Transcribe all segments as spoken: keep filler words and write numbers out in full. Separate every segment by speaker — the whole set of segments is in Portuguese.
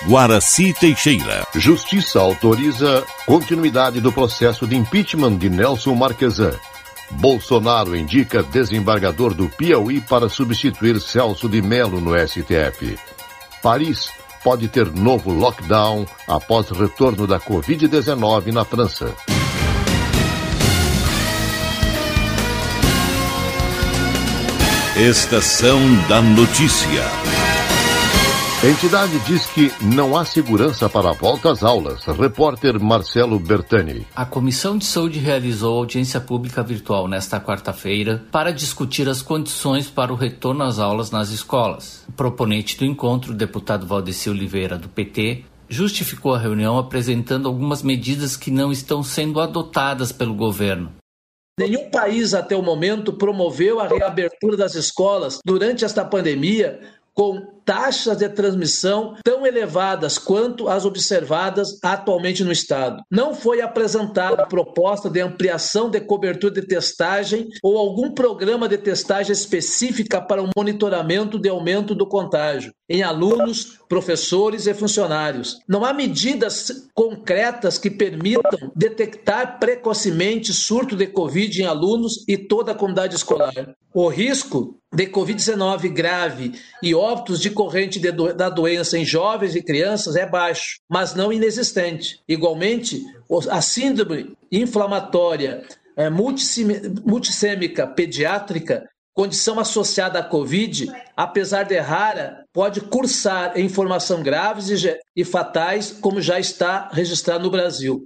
Speaker 1: Guaraci Teixeira.
Speaker 2: Justiça autoriza continuidade do processo de impeachment de Nelson Marquesan. Bolsonaro indica desembargador do Piauí para substituir Celso de Mello no S T F. Paris pode ter novo lockdown após retorno da covid dezenove na França.
Speaker 1: Estação da Notícia.
Speaker 2: A entidade diz que não há segurança para a volta às aulas. Repórter Marcelo Bertani.
Speaker 3: A Comissão de Saúde realizou audiência pública virtual nesta quarta-feira para discutir as condições para o retorno às aulas nas escolas. O proponente do encontro, o deputado Valdeci Oliveira, do P T, justificou a reunião apresentando algumas medidas que não estão sendo adotadas pelo governo.
Speaker 4: Nenhum país até o momento promoveu a reabertura das escolas durante esta pandemia com taxas de transmissão tão elevadas quanto as observadas atualmente no Estado. Não foi apresentada proposta de ampliação de cobertura de testagem ou algum programa de testagem específica para o monitoramento de aumento do contágio em alunos, professores e funcionários. Não há medidas concretas que permitam detectar precocemente surto de Covid em alunos e toda a comunidade escolar. O risco de covid dezenove grave e óbitos de corrente de do, da doença em jovens e crianças é baixo, mas não inexistente. Igualmente, a síndrome inflamatória é, multissêmica pediátrica, condição associada à Covid, apesar de rara, pode cursar em formação graves e, e fatais, como já está registrado no Brasil.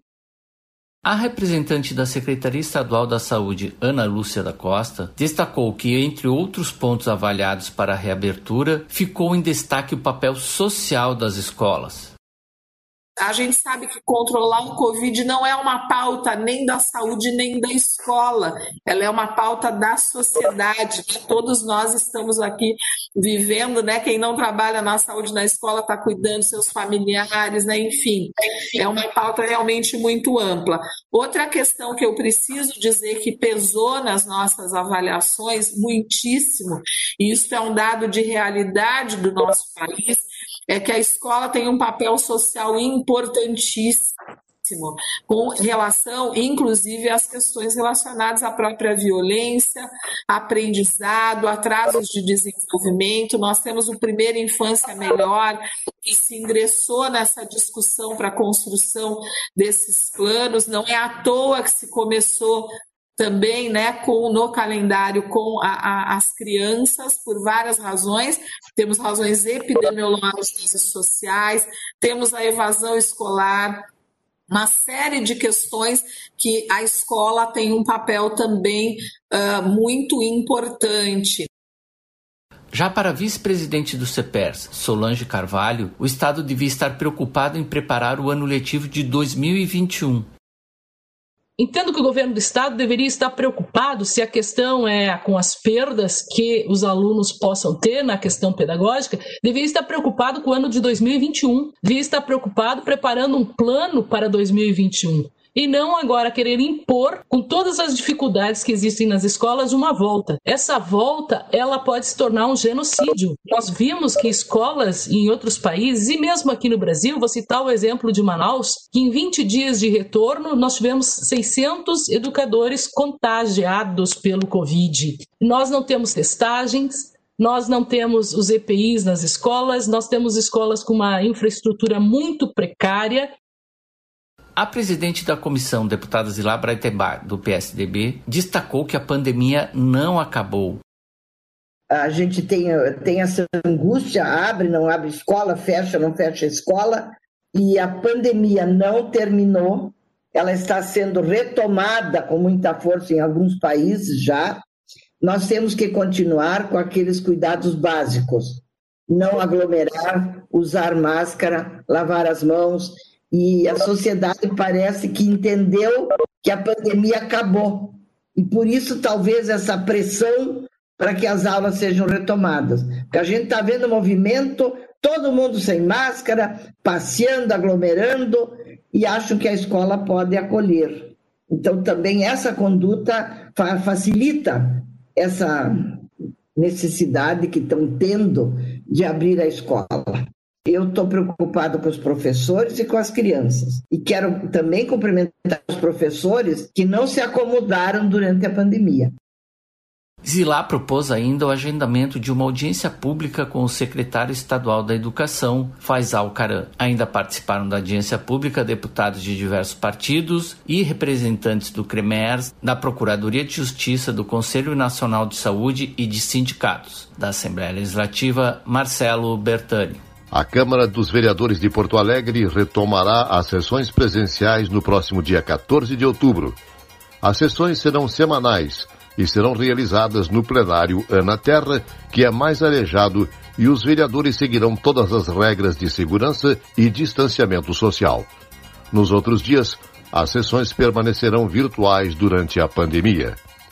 Speaker 3: A representante da Secretaria Estadual da Saúde, Ana Lúcia da Costa, destacou que, entre outros pontos avaliados para a reabertura, ficou em destaque o papel social das escolas.
Speaker 5: A gente sabe que controlar o Covid não é uma pauta nem da saúde nem da escola, ela é uma pauta da sociedade, né? Todos nós estamos aqui vivendo, né? Quem não trabalha na saúde na escola está cuidando dos seus familiares, né? Enfim, é uma pauta realmente muito ampla. Outra questão que eu preciso dizer que pesou nas nossas avaliações muitíssimo, e isso é um dado de realidade do nosso país, é que a escola tem um papel social importantíssimo com relação, inclusive, às questões relacionadas à própria violência, aprendizado, atrasos de desenvolvimento. Nós temos o Primeira Infância Melhor, que se ingressou nessa discussão para a construção desses planos. Não é à toa que se começou também, né, com, no calendário com a, a, as crianças, por várias razões. Temos razões epidemiológicas e sociais, temos a evasão escolar, uma série de questões que a escola tem um papel também uh, muito importante.
Speaker 3: Já para a vice-presidente do CEPERS, Solange Carvalho, o Estado devia estar preocupado em preparar o ano letivo de dois mil e vinte e um.
Speaker 6: Entendo que o governo do Estado deveria estar preocupado se a questão é com as perdas que os alunos possam ter na questão pedagógica, deveria estar preocupado com o ano de dois mil e vinte e um, deveria estar preocupado preparando um plano para dois mil e vinte e um. E não agora querer impor, com todas as dificuldades que existem nas escolas, uma volta. Essa volta, ela pode se tornar um genocídio. Nós vimos que escolas em outros países, e mesmo aqui no Brasil, vou citar o exemplo de Manaus, que em vinte dias de retorno, nós tivemos seiscentos educadores contagiados pelo Covid. Nós não temos testagens, nós não temos os E P Is nas escolas, nós temos escolas com uma infraestrutura muito precária.
Speaker 3: A presidente da comissão, deputada Zilá Breitenbach, do P S D B, destacou que a pandemia não acabou.
Speaker 7: A gente tem, tem essa angústia, abre, não abre escola, fecha, não fecha escola, e a pandemia não terminou, ela está sendo retomada com muita força em alguns países já. Nós temos que continuar com aqueles cuidados básicos, não aglomerar, usar máscara, lavar as mãos. E a sociedade parece que entendeu que a pandemia acabou. E por isso, talvez, essa pressão para que as aulas sejam retomadas. Porque a gente está vendo o movimento, todo mundo sem máscara, passeando, aglomerando, e acham que a escola pode acolher. Então, também essa conduta fa- facilita essa necessidade que estão tendo de abrir a escola. Eu estou preocupado com os professores e com as crianças. E quero também cumprimentar os professores que não se acomodaram durante a pandemia.
Speaker 3: Zilá propôs ainda o agendamento de uma audiência pública com o secretário estadual da Educação, Faisal Caram. Ainda participaram da audiência pública deputados de diversos partidos e representantes do CREMERS, da Procuradoria de Justiça, do Conselho Nacional de Saúde e de sindicatos. Da Assembleia Legislativa, Marcelo Bertani.
Speaker 2: A Câmara dos Vereadores de Porto Alegre retomará as sessões presenciais no próximo dia quatorze de outubro. As sessões serão semanais e serão realizadas no plenário Ana Terra, que é mais arejado, e os vereadores seguirão todas as regras de segurança e distanciamento social. Nos outros dias, as sessões permanecerão virtuais durante a pandemia.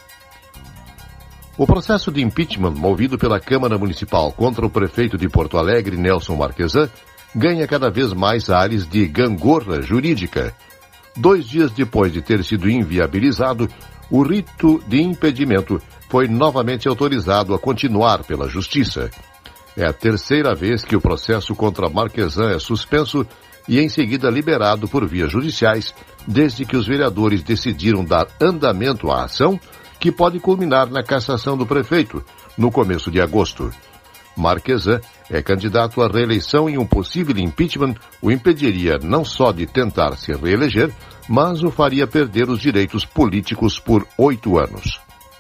Speaker 2: O processo de impeachment movido pela Câmara Municipal contra o prefeito de Porto Alegre, Nelson Marquesan, ganha cada vez mais ares de gangorra jurídica. Dois dias depois de ter sido inviabilizado, o rito de impedimento foi novamente autorizado a continuar pela Justiça. É a terceira vez que o processo contra Marquesan é suspenso e em seguida liberado por vias judiciais, desde que os vereadores decidiram dar andamento à ação, que pode culminar na cassação do prefeito, no começo de agosto. Marquesan é candidato à reeleição e um possível impeachment o impediria não só de tentar se reeleger, mas o faria perder os direitos políticos por oito anos.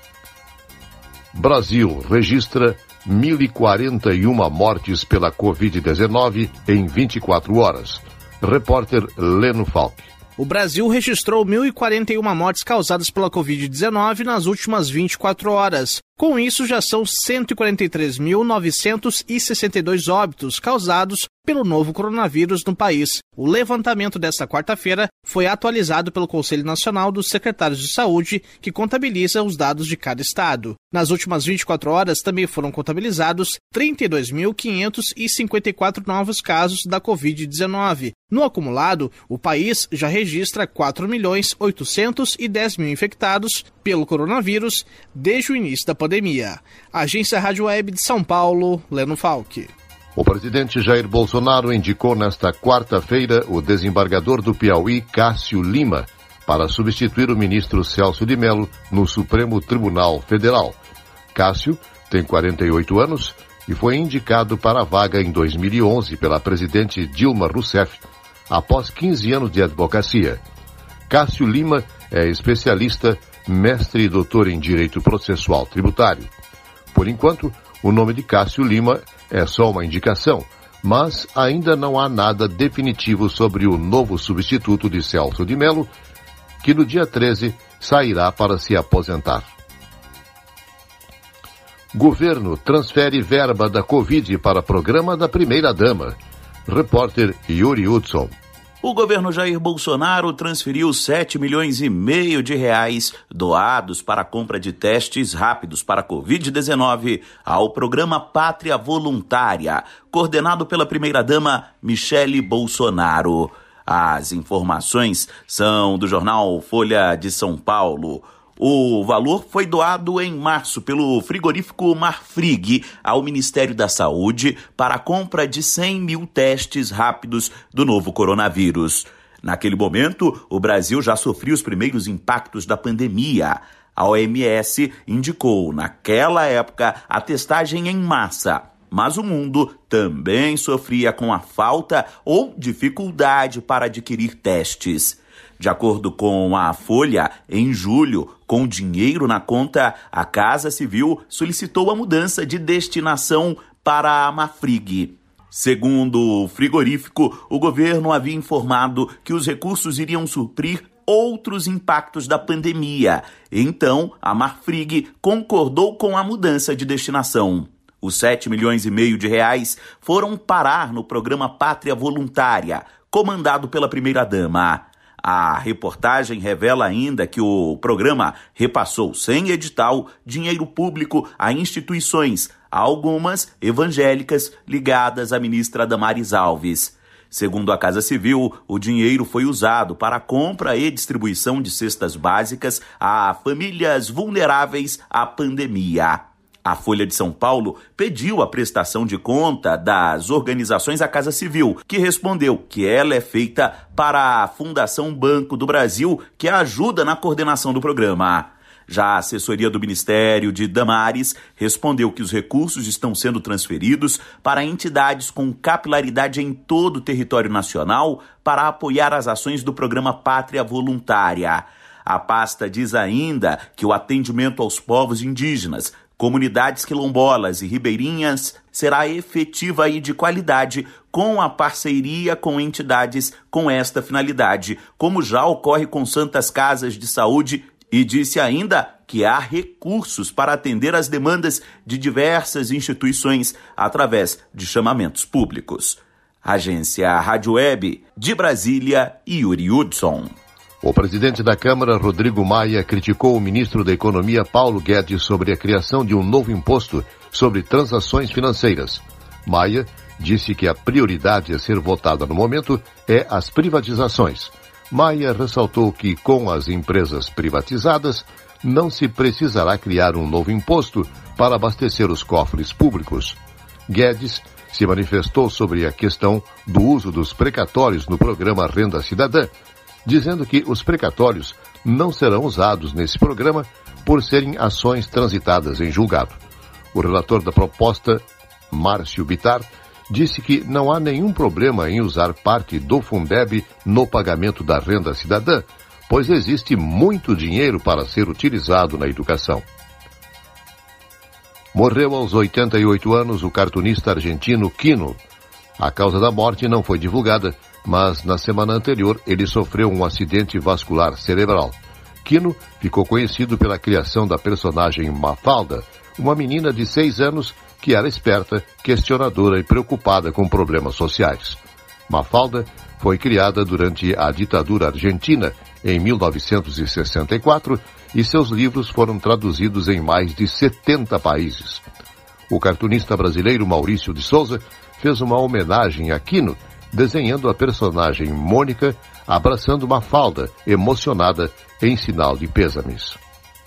Speaker 2: Brasil registra mil e quarenta e uma mortes pela covid dezenove em vinte e quatro horas. Repórter Leno Falck.
Speaker 8: O Brasil registrou mil e quarenta e uma mortes causadas pela covid dezenove nas últimas vinte e quatro horas. Com isso, já são cento e quarenta e três mil novecentos e sessenta e dois óbitos causados pelo novo coronavírus no país. O levantamento desta quarta-feira foi atualizado pelo Conselho Nacional dos Secretários de Saúde, que contabiliza os dados de cada estado. Nas últimas vinte e quatro horas, também foram contabilizados trinta e dois mil quinhentos e cinquenta e quatro novos casos da covid dezenove. No acumulado, o país já registra quatro milhões oitocentos e dez mil infectados pelo coronavírus desde o início da pandemia. Agência Rádio Web de São Paulo, Leno Falck.
Speaker 2: O presidente Jair Bolsonaro indicou nesta quarta-feira o desembargador do Piauí, Cássio Lima, para substituir o ministro Celso de Mello no Supremo Tribunal Federal. Cássio tem quarenta e oito anos e foi indicado para a vaga em dois mil e onze pela presidente Dilma Rousseff, após quinze anos de advocacia. Cássio Lima é especialista, mestre e doutor em Direito Processual Tributário. Por enquanto, o nome de Cássio Lima é só uma indicação, mas ainda não há nada definitivo sobre o novo substituto de Celso de Mello, que no dia treze sairá para se aposentar. Governo transfere verba da Covid para programa da primeira-dama. Repórter Yuri Hudson.
Speaker 9: O governo Jair Bolsonaro transferiu sete milhões e meio de reais doados para a compra de testes rápidos para a covid dezenove ao programa Pátria Voluntária, coordenado pela primeira-dama Michele Bolsonaro. As informações são do jornal Folha de São Paulo. O valor foi doado em março pelo frigorífico Marfrig ao Ministério da Saúde para a compra de cem mil testes rápidos do novo coronavírus. Naquele momento, o Brasil já sofria os primeiros impactos da pandemia. A O M S indicou, naquela época, a testagem em massa. Mas o mundo também sofria com a falta ou dificuldade para adquirir testes. De acordo com a Folha, em julho, com dinheiro na conta, a Casa Civil solicitou a mudança de destinação para a Marfrig. Segundo o frigorífico, o governo havia informado que os recursos iriam suprir outros impactos da pandemia. Então, a Marfrig concordou com a mudança de destinação. Os sete milhões e meio de reais foram parar no programa Pátria Voluntária, comandado pela primeira-dama. A reportagem revela ainda que o programa repassou sem edital dinheiro público a instituições, algumas evangélicas ligadas à ministra Damares Alves. Segundo a Casa Civil, o dinheiro foi usado para a compra e distribuição de cestas básicas a famílias vulneráveis à pandemia. A Folha de São Paulo pediu a prestação de conta das organizações à Casa Civil, que respondeu que ela é feita para a Fundação Banco do Brasil, que ajuda na coordenação do programa. Já a assessoria do Ministério de Damares respondeu que os recursos estão sendo transferidos para entidades com capilaridade em todo o território nacional para apoiar as ações do programa Pátria Voluntária. A pasta diz ainda que o atendimento aos povos indígenas, comunidades quilombolas e ribeirinhas será efetiva e de qualidade com a parceria com entidades com esta finalidade, como já ocorre com santas casas de saúde, e disse ainda que há recursos para atender às demandas de diversas instituições através de chamamentos públicos. Agência Rádio Web de Brasília, Yuri Hudson.
Speaker 2: O presidente da Câmara, Rodrigo Maia, criticou o ministro da Economia, Paulo Guedes, sobre a criação de um novo imposto sobre transações financeiras. Maia disse que a prioridade a ser votada no momento é as privatizações. Maia ressaltou que, com as empresas privatizadas, não se precisará criar um novo imposto para abastecer os cofres públicos. Guedes se manifestou sobre a questão do uso dos precatórios no programa Renda Cidadã, dizendo que os precatórios não serão usados nesse programa por serem ações transitadas em julgado. O relator da proposta, Márcio Bittar, disse que não há nenhum problema em usar parte do Fundeb no pagamento da renda cidadã, pois existe muito dinheiro para ser utilizado na educação. Morreu aos oitenta e oito anos o cartunista argentino Quino. A causa da morte não foi divulgada, mas na semana anterior ele sofreu um acidente vascular cerebral. Quino ficou conhecido pela criação da personagem Mafalda, uma menina de seis anos que era esperta, questionadora e preocupada com problemas sociais. Mafalda foi criada durante a ditadura argentina em mil novecentos e sessenta e quatro e seus livros foram traduzidos em mais de setenta países. O cartunista brasileiro Maurício de Souza fez uma homenagem a Quino, desenhando a personagem Mônica abraçando Mafalda, emocionada, em sinal de pêsames.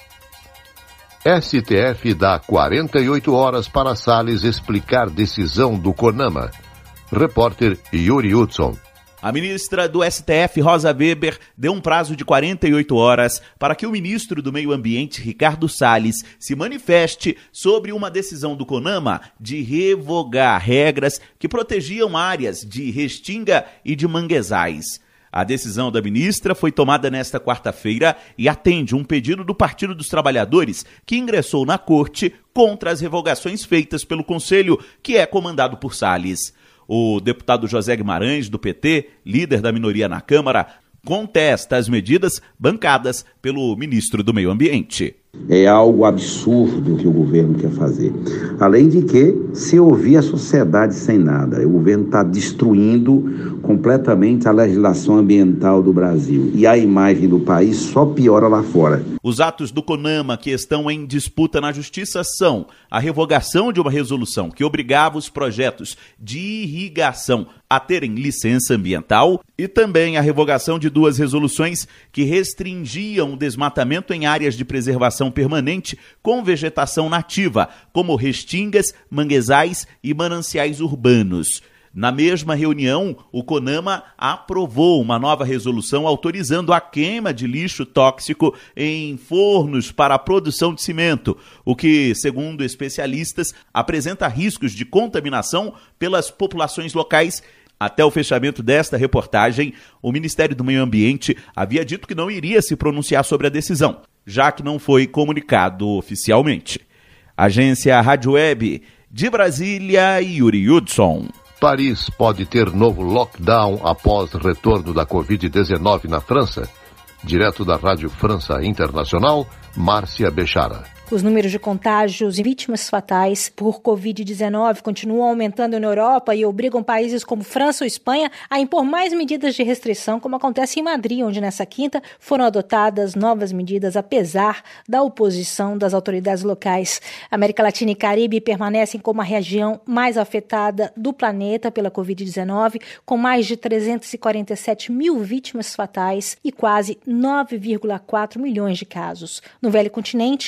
Speaker 2: S T F dá quarenta e oito horas para Salles explicar decisão do CONAMA. Repórter Yuri Hudson.
Speaker 9: A ministra do S T F, Rosa Weber, deu um prazo de quarenta e oito horas para que o ministro do Meio Ambiente, Ricardo Salles, se manifeste sobre uma decisão do CONAMA de revogar regras que protegiam áreas de Restinga e de manguezais. A decisão da ministra foi tomada nesta quarta-feira e atende um pedido do Partido dos Trabalhadores, que ingressou na corte contra as revogações feitas pelo Conselho, que é comandado por Salles. O deputado José Guimarães, do P T, líder da minoria na Câmara, contesta as medidas bancadas pelo ministro do Meio Ambiente.
Speaker 10: É algo absurdo que o governo quer fazer. Além de que, se ouvir a sociedade sem nada, o governo está destruindo completamente a legislação ambiental do Brasil. E a imagem do país só piora lá fora.
Speaker 9: Os atos do CONAMA que estão em disputa na Justiça são a revogação de uma resolução que obrigava os projetos de irrigação a terem licença ambiental e também a revogação de duas resoluções que restringiam o desmatamento em áreas de preservação permanente com vegetação nativa, como restingas, manguezais e mananciais urbanos. Na mesma reunião, o CONAMA aprovou uma nova resolução autorizando a queima de lixo tóxico em fornos para a produção de cimento, o que, segundo especialistas, apresenta riscos de contaminação pelas populações locais. Até o fechamento desta reportagem, o Ministério do Meio Ambiente havia dito que não iria se pronunciar sobre a decisão, já que não foi comunicado oficialmente. Agência Rádio Web de Brasília, Yuri Hudson.
Speaker 2: Paris pode ter novo lockdown após retorno da covid dezenove na França. Direto da Rádio França Internacional, Márcia Bechara.
Speaker 11: Os números de contágios e vítimas fatais por covid dezenove continuam aumentando na Europa e obrigam países como França ou Espanha a impor mais medidas de restrição, como acontece em Madrid, onde nessa quinta foram adotadas novas medidas apesar da oposição das autoridades locais. América Latina e Caribe permanecem como a região mais afetada do planeta pela covid dezenove, com mais de trezentos e quarenta e sete mil vítimas fatais e quase nove vírgula quatro milhões de casos. No velho continente, onde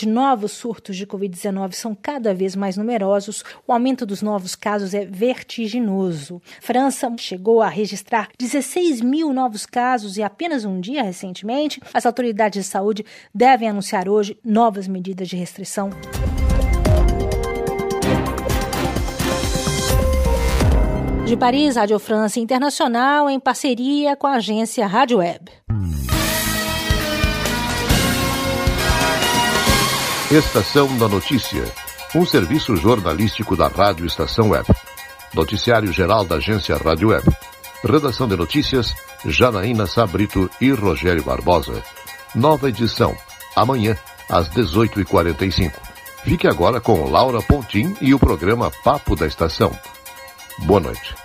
Speaker 11: onde novos surtos de covid dezenove são cada vez mais numerosos, o aumento dos novos casos é vertiginoso. França chegou a registrar dezesseis mil novos casos e apenas um dia recentemente, as autoridades de saúde devem anunciar hoje novas medidas de restrição. De Paris, Rádio França Internacional, em parceria com a agência Rádio Web.
Speaker 2: Estação da Notícia, um serviço jornalístico da Rádio Estação Web. Noticiário geral da agência Rádio Web. Redação de notícias, Janaína Sabrito e Rogério Barbosa. Nova edição, amanhã, às dezoito e quarenta e cinco. Fique agora com Laura Pontim e o programa Papo da Estação. Boa noite.